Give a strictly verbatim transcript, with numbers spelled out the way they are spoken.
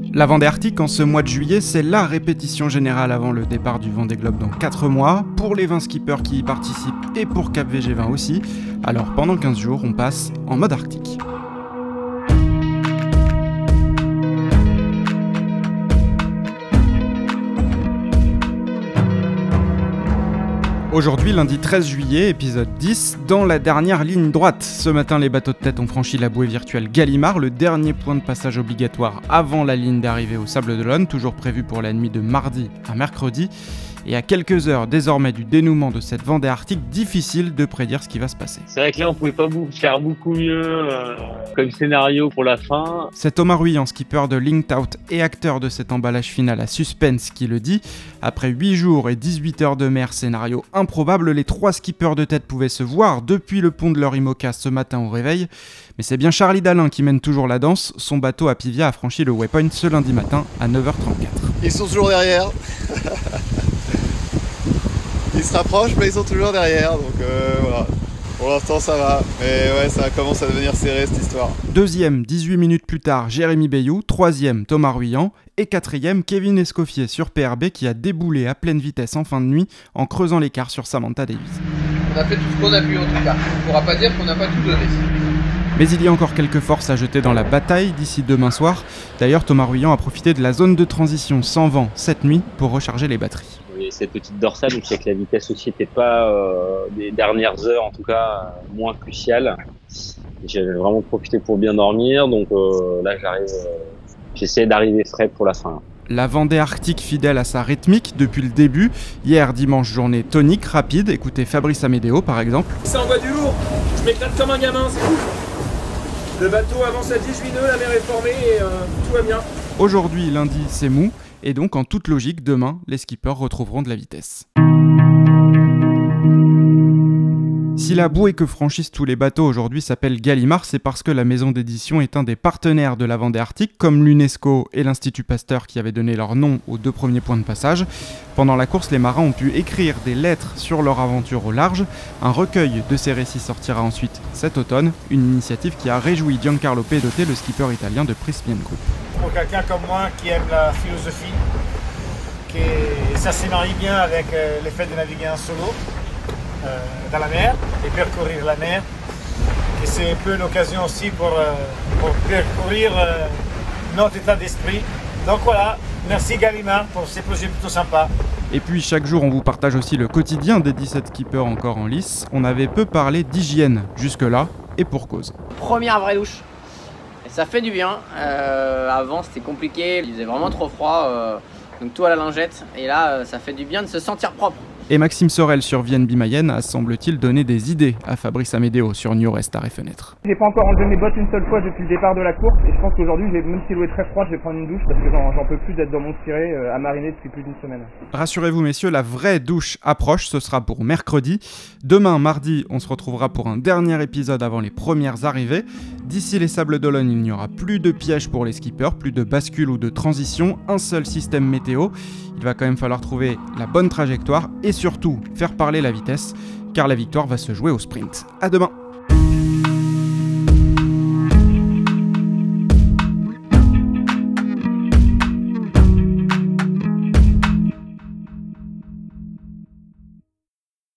La Vendée Arctique en ce mois de juillet, c'est la répétition générale avant le départ du Vendée Globe dans quatre mois, pour les vingt skippers qui y participent et pour Cap V G vingt aussi. Alors pendant quinze jours, on passe en mode arctique. Aujourd'hui, lundi treize juillet, épisode dix, dans la dernière ligne droite. Ce matin, les bateaux de tête ont franchi la bouée virtuelle Gallimard, le dernier point de passage obligatoire avant la ligne d'arrivée au Sables-d'Olonne, toujours prévu pour la nuit de mardi à mercredi. Et à quelques heures désormais du dénouement de cette Vendée Arctique, difficile de prédire ce qui va se passer. C'est vrai que là, on pouvait pas faire beaucoup mieux euh, comme scénario pour la fin. C'est Thomas Ruyant, skipper de Linked Out et acteur de cet emballage final à suspense, qui le dit. Après huit jours et dix-huit heures de mer, scénario improbable, les trois skippers de tête pouvaient se voir depuis le pont de leur IMOCA ce matin au réveil. Mais c'est bien Charlie Dalin qui mène toujours la danse. Son bateau à Pivia a franchi le waypoint ce lundi matin à neuf heures trente-quatre. Ils sont toujours derrière. Ils se rapprochent, mais ils sont toujours derrière, donc euh, voilà. Pour l'instant, ça va, mais ouais, ça commence à devenir serré cette histoire. Deuxième, dix-huit minutes plus tard, Jérémy Bayou. Troisième, Thomas Ruyant. Et quatrième, Kevin Escoffier sur P R B qui a déboulé à pleine vitesse en fin de nuit en creusant l'écart sur Samantha Davis. On a fait tout ce qu'on a pu en tout cas. On ne pourra pas dire qu'on n'a pas tout donné. Mais il y a encore quelques forces à jeter dans la bataille d'ici demain soir. D'ailleurs, Thomas Ruyant a profité de la zone de transition sans vent cette nuit pour recharger les batteries. Et cette petite dorsale, donc c'est que la vitesse aussi n'était pas, euh, des dernières heures en tout cas, euh, moins cruciale. J'avais vraiment profité pour bien dormir, donc euh, là j'arrive, euh, j'essaie d'arriver frais pour la fin. La Vendée Arctique fidèle à sa rythmique depuis le début. Hier, dimanche, journée tonique, rapide. Écoutez Fabrice Amédéo par exemple. Ça envoie du lourd, je m'éclate comme un gamin, c'est cool. Le bateau avance à dix-huit nœuds, la mer est formée et euh, tout va bien. Aujourd'hui, lundi, c'est mou. Et donc, en toute logique, demain, les skippers retrouveront de la vitesse. Si la bouée que franchissent tous les bateaux aujourd'hui s'appelle Gallimard, c'est parce que la maison d'édition est un des partenaires de la Vendée Arctique, comme l'UNESCO et l'Institut Pasteur qui avaient donné leur nom aux deux premiers points de passage. Pendant la course, les marins ont pu écrire des lettres sur leur aventure au large. Un recueil de ces récits sortira ensuite cet automne, une initiative qui a réjoui Giancarlo Pedote, le skipper italien de Prysmian Group. Pour quelqu'un comme moi qui aime la philosophie, qui est... ça se marie bien avec euh, le fait de naviguer en solo euh, dans la mer et parcourir la mer. Et c'est un peu l'occasion aussi pour, euh, pour parcourir euh, notre état d'esprit. Donc voilà, merci Gallimard pour ces projets plutôt sympas. Et puis chaque jour on vous partage aussi le quotidien des dix-sept skippers encore en lice. On avait peu parlé d'hygiène jusque-là, et pour cause. Première vraie douche. Et ça fait du bien. Euh, avant c'était compliqué, il faisait vraiment trop froid, euh, donc tout à la lingette. Et là euh, ça fait du bien de se sentir propre. Et Maxime Sorel sur V N B Mayenne a semble-t-il donné des idées à Fabrice Amédéo sur New Rest Arrêt Fenêtre. J'ai pas encore enlevé mes bottes une seule fois depuis le départ de la course et je pense qu'aujourd'hui, même si l'eau est très froide, je vais prendre une douche parce que j'en, j'en peux plus d'être dans mon ciré euh, à mariner depuis plus d'une semaine. Rassurez-vous messieurs, la vraie douche approche, ce sera pour mercredi. Demain, mardi, on se retrouvera pour un dernier épisode avant les premières arrivées. D'ici les Sables-d'Olonne, il n'y aura plus de pièges pour les skippers, plus de bascule ou de transition, un seul système météo. Il va quand même falloir trouver la bonne trajectoire et surtout faire parler la vitesse, car la victoire va se jouer au sprint. À demain!